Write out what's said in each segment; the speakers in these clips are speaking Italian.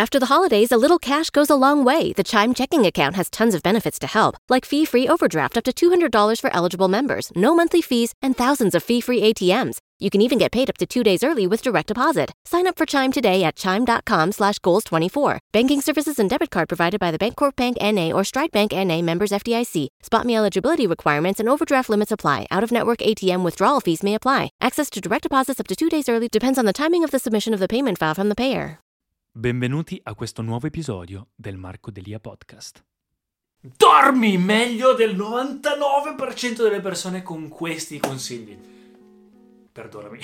After the holidays, a little cash goes a long way. The Chime checking account has tons of benefits to help, like fee-free overdraft up to $200 for eligible members, no monthly fees, and thousands of fee-free ATMs. You can even get paid up to 2 days early with direct deposit. Sign up for Chime today at chime.com/goals24. Banking services and debit card provided by the Bancorp Bank N.A. or Stride Bank N.A. members FDIC. SpotMe eligibility requirements and overdraft limits apply. Out-of-network ATM withdrawal fees may apply. Access to direct deposits up to 2 days early depends on the timing of the submission of the payment file from the payer. Benvenuti a questo nuovo episodio del Marco Delia Podcast. Dormi meglio del 99% delle persone con questi consigli. Perdonami.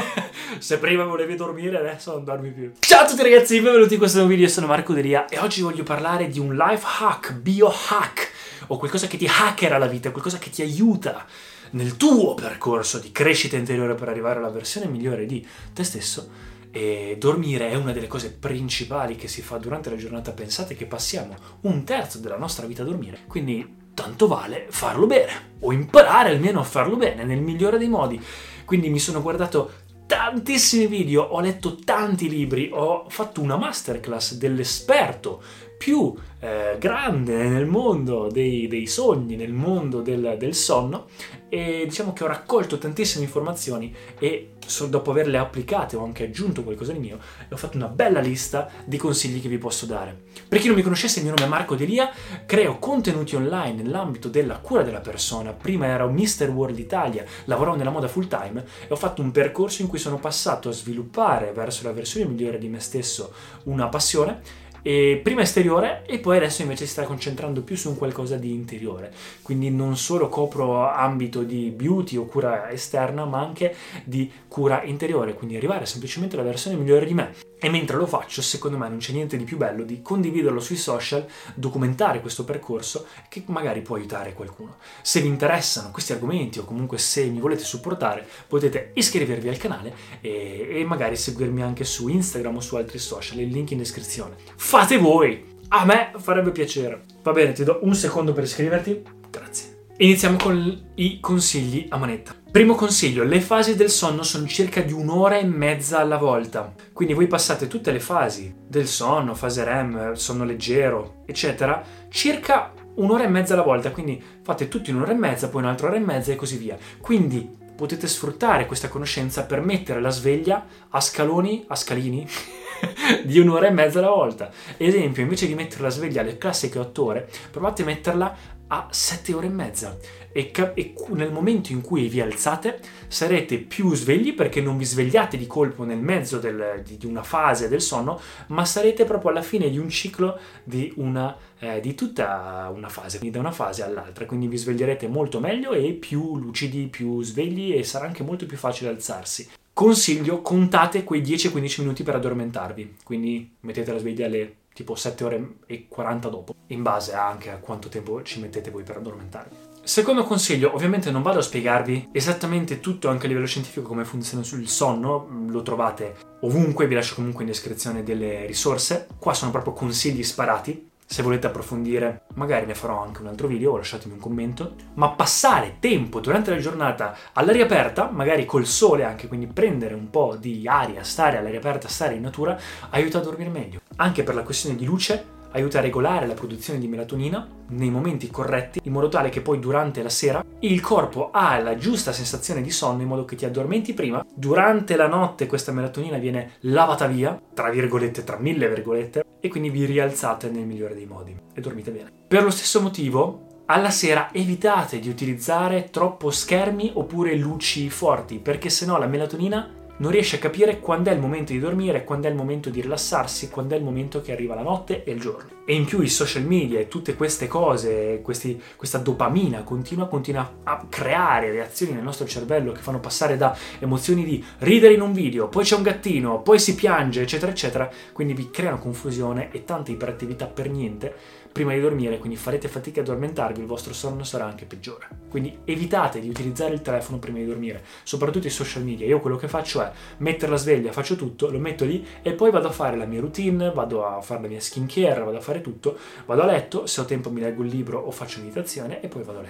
Se prima volevi dormire, adesso non dormi più. Ciao a tutti ragazzi, benvenuti in questo nuovo video, io sono Marco Delia e oggi voglio parlare di un life hack, biohack, o qualcosa che ti hackera la vita, qualcosa che ti aiuta nel tuo percorso di crescita interiore per arrivare alla versione migliore di te stesso. E dormire è una delle cose principali che si fa durante la giornata. Pensate che passiamo un terzo della nostra vita a dormire, quindi tanto vale farlo bene, o imparare almeno a farlo bene nel migliore dei modi. Quindi mi sono guardato tantissimi video, ho letto tanti libri, ho fatto una masterclass dell'esperto più grande nel mondo dei sogni, nel mondo del sonno, e diciamo che ho raccolto tantissime informazioni e dopo averle applicate ho anche aggiunto qualcosa di mio e ho fatto una bella lista di consigli che vi posso dare. Per chi non mi conoscesse, il mio nome è Marco Delia, creo contenuti online nell'ambito della cura della persona. Prima ero Mr. World Italia, lavoravo nella moda full time e ho fatto un percorso in cui sono passato a sviluppare verso la versione migliore di me stesso una passione, e prima esteriore, e poi adesso invece si sta concentrando più su un qualcosa di interiore. Quindi non solo copro ambito di beauty o cura esterna, ma anche di cura interiore, quindi arrivare semplicemente alla versione migliore di me. E mentre lo faccio, secondo me non c'è niente di più bello di condividerlo sui social, documentare questo percorso che magari può aiutare qualcuno. Se vi interessano questi argomenti o comunque se mi volete supportare, potete iscrivervi al canale e magari seguirmi anche su Instagram o su altri social, il link in descrizione. Fate voi! A me farebbe piacere. Va bene, ti do un secondo per iscriverti. Grazie. Iniziamo con i consigli a manetta. Primo consiglio: le fasi del sonno sono circa di 1.5 ore alla volta. Quindi voi passate tutte le fasi del sonno, fase REM, sonno leggero, eccetera, circa 1.5 ore alla volta. Quindi fate tutti 1.5 ore, poi un'altra 1.5 ore e così via. Quindi potete sfruttare questa conoscenza per mettere la sveglia a scalini di 1.5 ore alla volta. Esempio, invece di mettere la sveglia alle classiche 8 ore, provate a metterla a 7.5 ore e nel momento in cui vi alzate sarete più svegli, perché non vi svegliate di colpo nel mezzo di una fase del sonno, ma sarete proprio alla fine di un ciclo di tutta una fase, quindi da una fase all'altra, quindi vi sveglierete molto meglio e più lucidi, più svegli, e sarà anche molto più facile alzarsi. Consiglio: contate quei 10-15 minuti per addormentarvi, quindi mettete la sveglia alle tipo 7:40 dopo, in base anche a quanto tempo ci mettete voi per addormentarvi. Secondo consiglio: ovviamente non vado a spiegarvi esattamente tutto anche a livello scientifico come funziona sul sonno, lo trovate ovunque, vi lascio comunque in descrizione delle risorse. Qua sono proprio consigli sparati. Se volete approfondire, magari ne farò anche un altro video o lasciatemi un commento. Ma passare tempo durante la giornata all'aria aperta, magari col sole anche, quindi prendere un po' di aria, stare all'aria aperta, stare in natura, aiuta a dormire meglio. Anche per la questione di luce, aiuta a regolare la produzione di melatonina nei momenti corretti, in modo tale che poi durante la sera il corpo ha la giusta sensazione di sonno, in modo che ti addormenti prima. Durante la notte questa melatonina viene lavata via, tra virgolette, tra mille virgolette, e quindi vi rialzate nel migliore dei modi e dormite bene. Per lo stesso motivo, alla sera evitate di utilizzare troppo schermi oppure luci forti, perché sennò la melatonina non riesce a capire quando è il momento di dormire, quando è il momento di rilassarsi, quando è il momento che arriva la notte e il giorno. E in più i social media e tutte queste cose, questa dopamina continua a creare reazioni nel nostro cervello che fanno passare da emozioni di ridere in un video, poi c'è un gattino, poi si piange, eccetera eccetera, quindi vi creano confusione e tanta iperattività per niente prima di dormire, quindi farete fatica a addormentarvi, il vostro sonno sarà anche peggiore. Quindi evitate di utilizzare il telefono prima di dormire, soprattutto i social media. Io quello che faccio è mettere la sveglia, faccio tutto, lo metto lì e poi vado a fare la mia routine, vado a fare la mia skincare, vado a fare tutto, vado a letto, se ho tempo mi leggo il libro o faccio meditazione e poi vado a letto.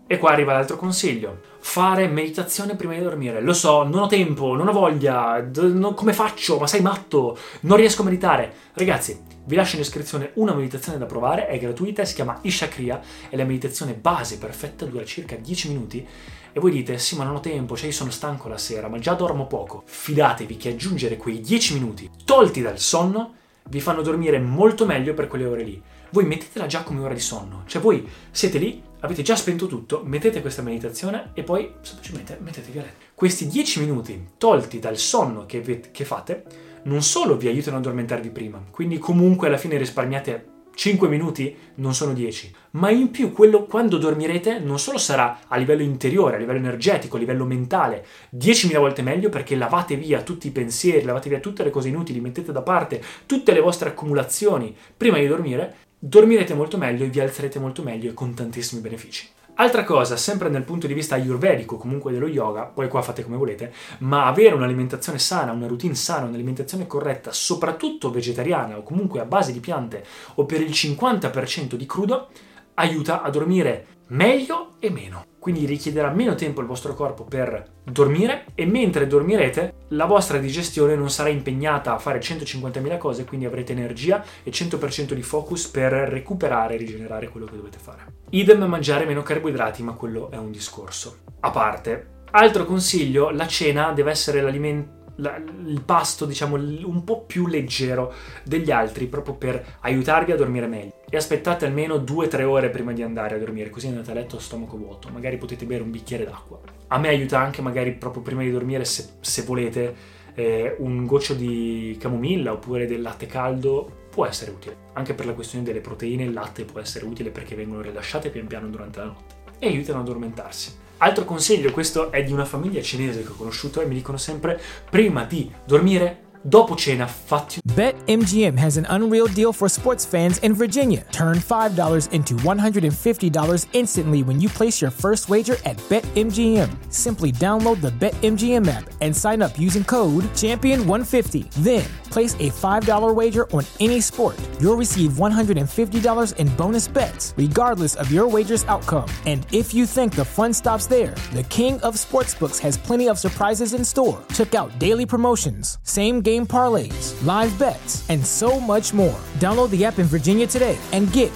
E qua arriva l'altro consiglio: fare meditazione prima di dormire. Lo so, non ho tempo, non ho voglia, come faccio? Ma sei matto? Non riesco a meditare. Ragazzi, vi lascio in descrizione una meditazione da provare, è gratuita, si chiama Isha Kriya, è la meditazione base perfetta, dura circa 10 minuti. E voi dite, sì, ma non ho tempo, cioè io sono stanco la sera, ma già dormo poco. Fidatevi che aggiungere quei 10 minuti tolti dal sonno vi fanno dormire molto meglio per quelle ore lì. Voi mettetela già come ora di sonno, cioè voi siete lì, avete già spento tutto, mettete questa meditazione e poi semplicemente mettetevi a letto. Questi 10 minuti tolti dal sonno che fate non solo vi aiutano ad addormentarvi prima, quindi comunque alla fine risparmiate 5 minuti, non sono 10, ma in più quello quando dormirete non solo sarà a livello interiore, a livello energetico, a livello mentale 10.000 volte meglio, perché lavate via tutti i pensieri, lavate via tutte le cose inutili, mettete da parte tutte le vostre accumulazioni prima di dormire, dormirete molto meglio e vi alzerete molto meglio e con tantissimi benefici. Altra cosa, sempre dal punto di vista ayurvedico, comunque dello yoga, poi qua fate come volete, ma avere un'alimentazione sana, una routine sana, un'alimentazione corretta, soprattutto vegetariana o comunque a base di piante o per il 50% di crudo, aiuta a dormire meglio e meno. Quindi richiederà meno tempo il vostro corpo per dormire e mentre dormirete la vostra digestione non sarà impegnata a fare 150.000 cose, quindi avrete energia e 100% di focus per recuperare e rigenerare quello che dovete fare. Idem mangiare meno carboidrati, ma quello è un discorso a parte. Altro consiglio, la cena deve essere il pasto, diciamo, un po' più leggero degli altri, proprio per aiutarvi a dormire meglio. E aspettate almeno 2-3 ore prima di andare a dormire, così andate a letto a stomaco vuoto. Magari potete bere un bicchiere d'acqua. A me aiuta anche magari proprio prima di dormire, se volete, un goccio di camomilla oppure del latte caldo può essere utile. Anche per la questione delle proteine il latte può essere utile perché vengono rilasciate pian piano durante la notte e aiutano ad addormentarsi. Altro consiglio, questo è di una famiglia cinese che ho conosciuto e mi dicono sempre: prima di dormire, dopo cena, fatti. BetMGM has an unreal deal for sports fans in Virginia. Turn $5 into $150 instantly when you place your first wager at BetMGM. Simply download the BetMGM app and sign up using code Champion150. Then, place a $5 wager on any sport. You'll receive $150 in bonus bets, regardless of your wager's outcome. And if you think the fun stops there, the king of sportsbooks has plenty of surprises in store. Check out daily promotions, same-game parlays, live bets, and so much more. Download the app in Virginia today and get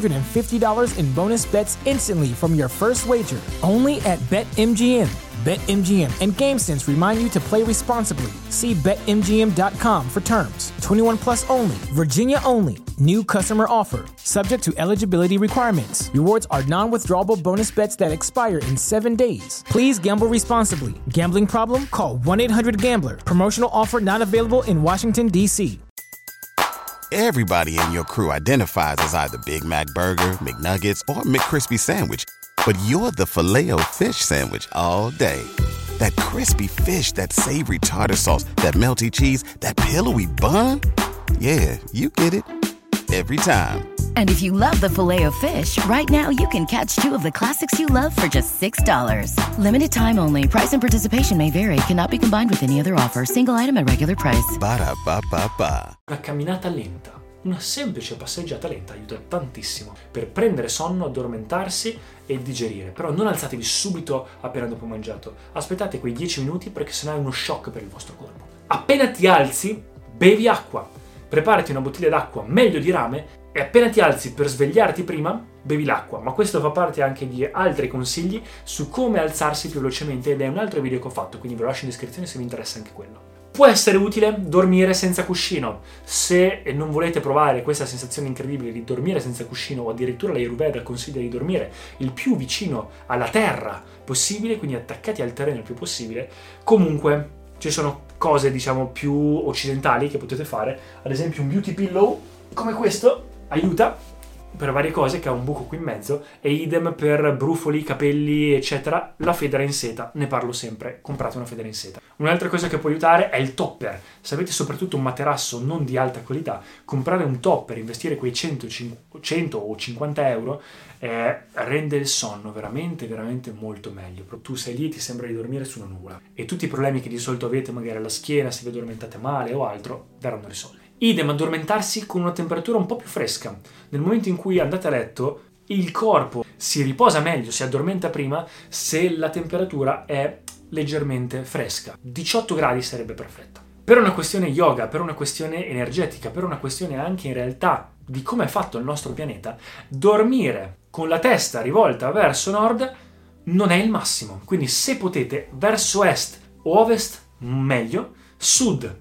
$150 in bonus bets instantly from your first wager, only at BetMGM. BetMGM and GameSense remind you to play responsibly. See BetMGM.com for terms. 21 plus only. Virginia only. New customer offer. Subject to eligibility requirements. Rewards are non-withdrawable bonus bets that expire in 7 days. Please gamble responsibly. Gambling problem? Call 1-800-GAMBLER. Promotional offer not available in Washington, D.C. Everybody in your crew identifies as either Big Mac Burger, McNuggets, or McCrispy Sandwich. But you're the Filet-O-Fish Sandwich all day. That crispy fish, that savory tartar sauce, that melty cheese, that pillowy bun. Yeah, you get it. Every time. And if you love the Filet-O-Fish, right now you can catch two of the classics you love for just $6. Limited time only. Price and participation may vary. Cannot be combined with any other offer. Single item at regular price. Ba-da-ba-ba-ba. Una camminata lenta. Una semplice passeggiata lenta aiuta tantissimo per prendere sonno, addormentarsi e digerire. Però non alzatevi subito appena dopo mangiato. Aspettate quei 10 minuti perché sennò è uno shock per il vostro corpo. Appena ti alzi, bevi acqua. Preparati una bottiglia d'acqua, meglio di rame, e appena ti alzi per svegliarti prima, bevi l'acqua. Ma questo fa parte anche di altri consigli su come alzarsi più velocemente ed è un altro video che ho fatto, quindi ve lo lascio in descrizione se vi interessa anche quello. Può essere utile dormire senza cuscino. Se non volete provare questa sensazione incredibile di dormire senza cuscino, o addirittura l'Ayurveda consiglia di dormire il più vicino alla terra possibile, quindi attaccati al terreno il più possibile, comunque ci sono cose, diciamo, più occidentali che potete fare. Ad esempio un beauty pillow come questo aiuta per varie cose, che ha un buco qui in mezzo, e idem per brufoli, capelli, eccetera. La federa in seta, ne parlo sempre, comprate una federa in seta. Un'altra cosa che può aiutare è il topper. Se avete soprattutto un materasso non di alta qualità, comprare un topper, investire quei 100 o 50 euro, rende il sonno veramente, veramente molto meglio. Tu sei lì e ti sembra di dormire su una nuvola. E tutti i problemi che di solito avete, magari alla schiena, se vi addormentate male o altro, verranno risolti. Idem addormentarsi con una temperatura un po' più fresca. Nel momento in cui andate a letto, Il corpo si riposa meglio, si addormenta prima se la temperatura è leggermente fresca. 18 gradi sarebbe perfetta. Per una questione yoga, per una questione energetica, per una questione anche in realtà di come è fatto il nostro pianeta, dormire con la testa rivolta verso nord non è il massimo. Quindi se potete verso est o ovest, meglio. Sud,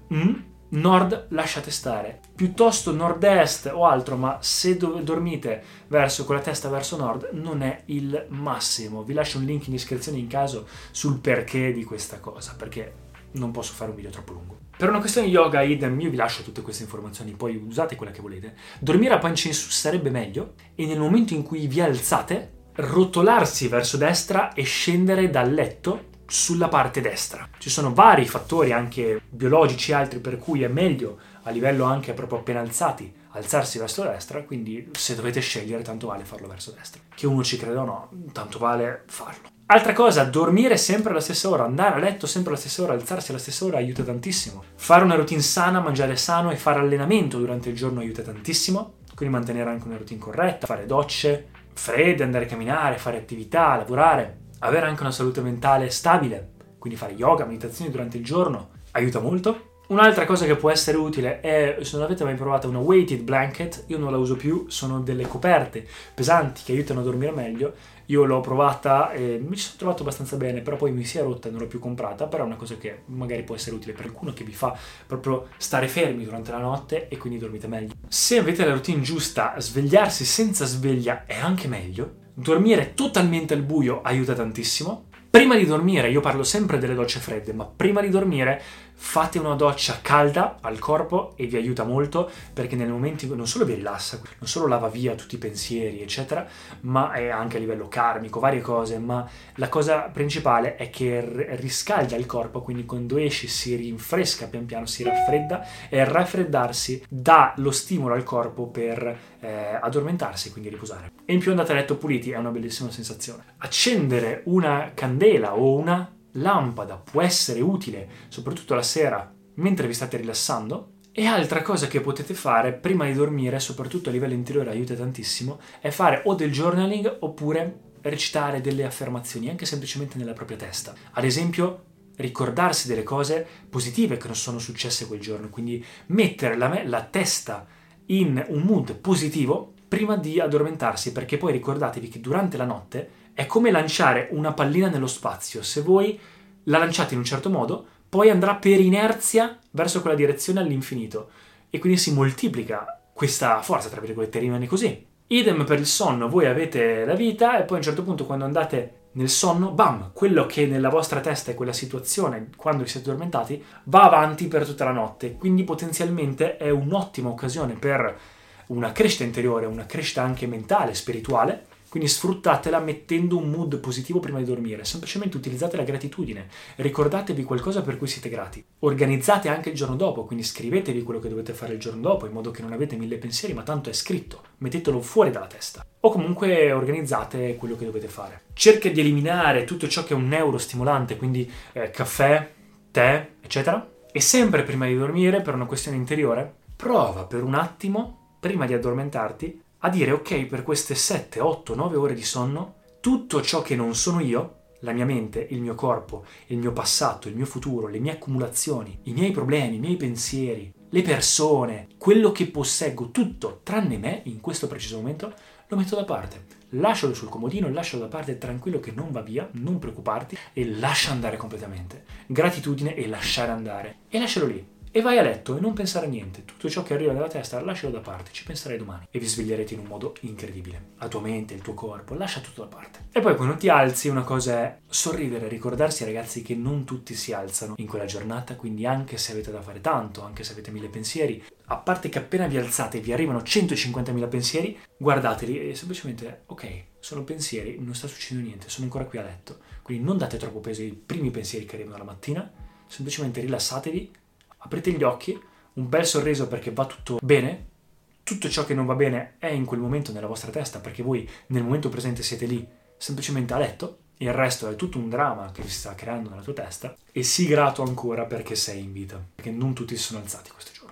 nord lasciate stare. Piuttosto nord-est o altro, ma se dormite con la testa verso nord non è il massimo. Vi lascio un link in descrizione in caso sul perché di questa cosa, perché non posso fare un video troppo lungo. Per una questione yoga, idem, io vi lascio tutte queste informazioni, poi usate quella che volete. Dormire a pancia in su sarebbe meglio, e nel momento in cui vi alzate, rotolarsi verso destra e scendere dal letto sulla parte destra. Ci sono vari fattori anche biologici e altri per cui è meglio a livello anche proprio appena alzati alzarsi verso destra, quindi se dovete scegliere tanto vale farlo verso destra. Che uno ci creda o no, tanto vale farlo. Altra cosa, dormire sempre alla stessa ora, andare a letto sempre alla stessa ora, alzarsi alla stessa ora aiuta tantissimo. Fare una routine sana, mangiare sano e fare allenamento durante il giorno aiuta tantissimo, quindi mantenere anche una routine corretta, fare docce fredde, andare a camminare, fare attività, lavorare, avere anche una salute mentale stabile, quindi fare yoga, meditazioni durante il giorno aiuta molto. Un'altra cosa che può essere utile è, se non avete mai provato una weighted blanket, io non la uso più, sono delle coperte pesanti che aiutano a dormire meglio. Io l'ho provata e mi ci sono trovato abbastanza bene, però poi mi si è rotta e non l'ho più comprata, però è una cosa che magari può essere utile per qualcuno che vi fa proprio stare fermi durante la notte e quindi dormite meglio. Se avete la routine giusta, svegliarsi senza sveglia è anche meglio. Dormire totalmente al buio aiuta tantissimo. Prima di dormire, io parlo sempre delle docce fredde, ma prima di dormire fate una doccia calda al corpo e vi aiuta molto, perché nel momento in cui non solo vi rilassa, non solo lava via tutti i pensieri eccetera, ma è anche a livello karmico, varie cose, ma la cosa principale è che riscalda il corpo, quindi quando esci si rinfresca pian piano, si raffredda, e il raffreddarsi dà lo stimolo al corpo per addormentarsi, quindi riposare. E in più andate a letto puliti, è una bellissima sensazione. Accendere una candela o una lampada può essere utile, soprattutto la sera mentre vi state rilassando. E altra cosa che potete fare prima di dormire, soprattutto a livello interiore aiuta tantissimo, è fare o del journaling oppure recitare delle affermazioni, anche semplicemente nella propria testa. Ad esempio, ricordarsi delle cose positive che non sono successe quel giorno, quindi mettere la testa in un mood positivo prima di addormentarsi, perché poi ricordatevi che durante la notte è come lanciare una pallina nello spazio. Se voi la lanciate in un certo modo, poi andrà per inerzia verso quella direzione all'infinito e quindi si moltiplica questa forza, tra virgolette, rimane così. Idem per il sonno, voi avete la vita e poi a un certo punto quando andate nel sonno, bam, quello che nella vostra testa è quella situazione, quando vi siete addormentati, va avanti per tutta la notte, quindi potenzialmente è un'ottima occasione per una crescita interiore, una crescita anche mentale, spirituale. Quindi sfruttatela mettendo un mood positivo prima di dormire. Semplicemente utilizzate la gratitudine. Ricordatevi qualcosa per cui siete grati. Organizzate anche il giorno dopo, quindi scrivetevi quello che dovete fare il giorno dopo, in modo che non avete 1000 pensieri, ma tanto è scritto. Mettetelo fuori dalla testa. O comunque organizzate quello che dovete fare. Cerca di eliminare tutto ciò che è un neurostimolante, quindi caffè, tè, eccetera. E sempre prima di dormire, per una questione interiore, prova per un attimo, prima di addormentarti, a dire ok, per queste 7, 8, 9 ore di sonno, tutto ciò che non sono io, la mia mente, il mio corpo, il mio passato, il mio futuro, le mie accumulazioni, i miei problemi, i miei pensieri, le persone, quello che posseggo, tutto, tranne me, in questo preciso momento, lo metto da parte. Lascialo sul comodino, lascialo da parte tranquillo che non va via, non preoccuparti e lascia andare completamente. Gratitudine e lasciare andare. E lascialo lì. E vai a letto e non pensare a niente. Tutto ciò che arriva dalla testa lascialo da parte, ci penserai domani. E vi sveglierete in un modo incredibile. La tua mente, il tuo corpo, lascia tutto da parte. E poi quando ti alzi una cosa è sorridere, ricordarsi ragazzi che non tutti si alzano in quella giornata, quindi anche se avete da fare tanto, anche se avete 1000 pensieri, a parte che appena vi alzate vi arrivano 150.000 pensieri, guardateli e semplicemente ok, sono pensieri, non sta succedendo niente, sono ancora qui a letto. Quindi non date troppo peso ai primi pensieri che arrivano la mattina, semplicemente rilassatevi. Aprite gli occhi, un bel sorriso perché va tutto bene, tutto ciò che non va bene è in quel momento nella vostra testa perché voi nel momento presente siete lì semplicemente a letto, il resto è tutto un dramma che vi sta creando nella tua testa e sii grato ancora perché sei in vita, perché non tutti si sono alzati questo giorno.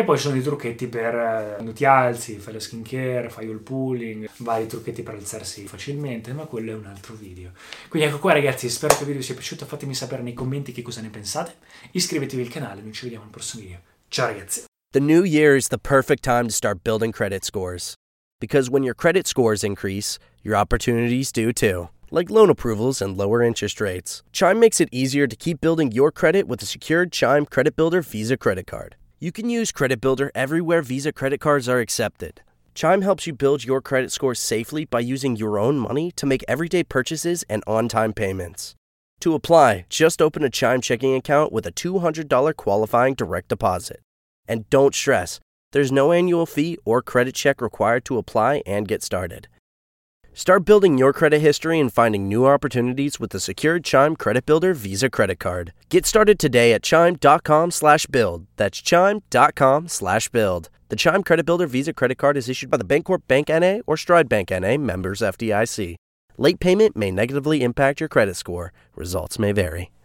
E poi ci sono dei trucchetti per quando ti alzi, fai la skincare, fai il pooling, vari trucchetti per alzarsi facilmente, ma quello è un altro video. Quindi ecco qua ragazzi, spero che il video vi sia piaciuto, fatemi sapere nei commenti che cosa ne pensate, iscrivetevi al canale, noi ci vediamo al prossimo video. Ciao ragazzi! The new year is the perfect time to start building credit scores. Because when your credit scores increase, your opportunities do too. Like loan approvals and lower interest rates. Chime makes it easier to keep building your credit with a secured Chime Credit Builder Visa credit card. You can use Credit Builder everywhere Visa credit cards are accepted. Chime helps you build your credit score safely by using your own money to make everyday purchases and on-time payments. To apply, just open a Chime checking account with a $200 qualifying direct deposit. And don't stress, there's no annual fee or credit check required to apply and get started. Start building your credit history and finding new opportunities with the secured Chime Credit Builder Visa credit card. Get started today at chime.com/build. That's chime.com/build. The Chime Credit Builder Visa credit card is issued by the Bancorp Bank N.A. or Stride Bank N.A. members FDIC. Late payment may negatively impact your credit score. Results may vary.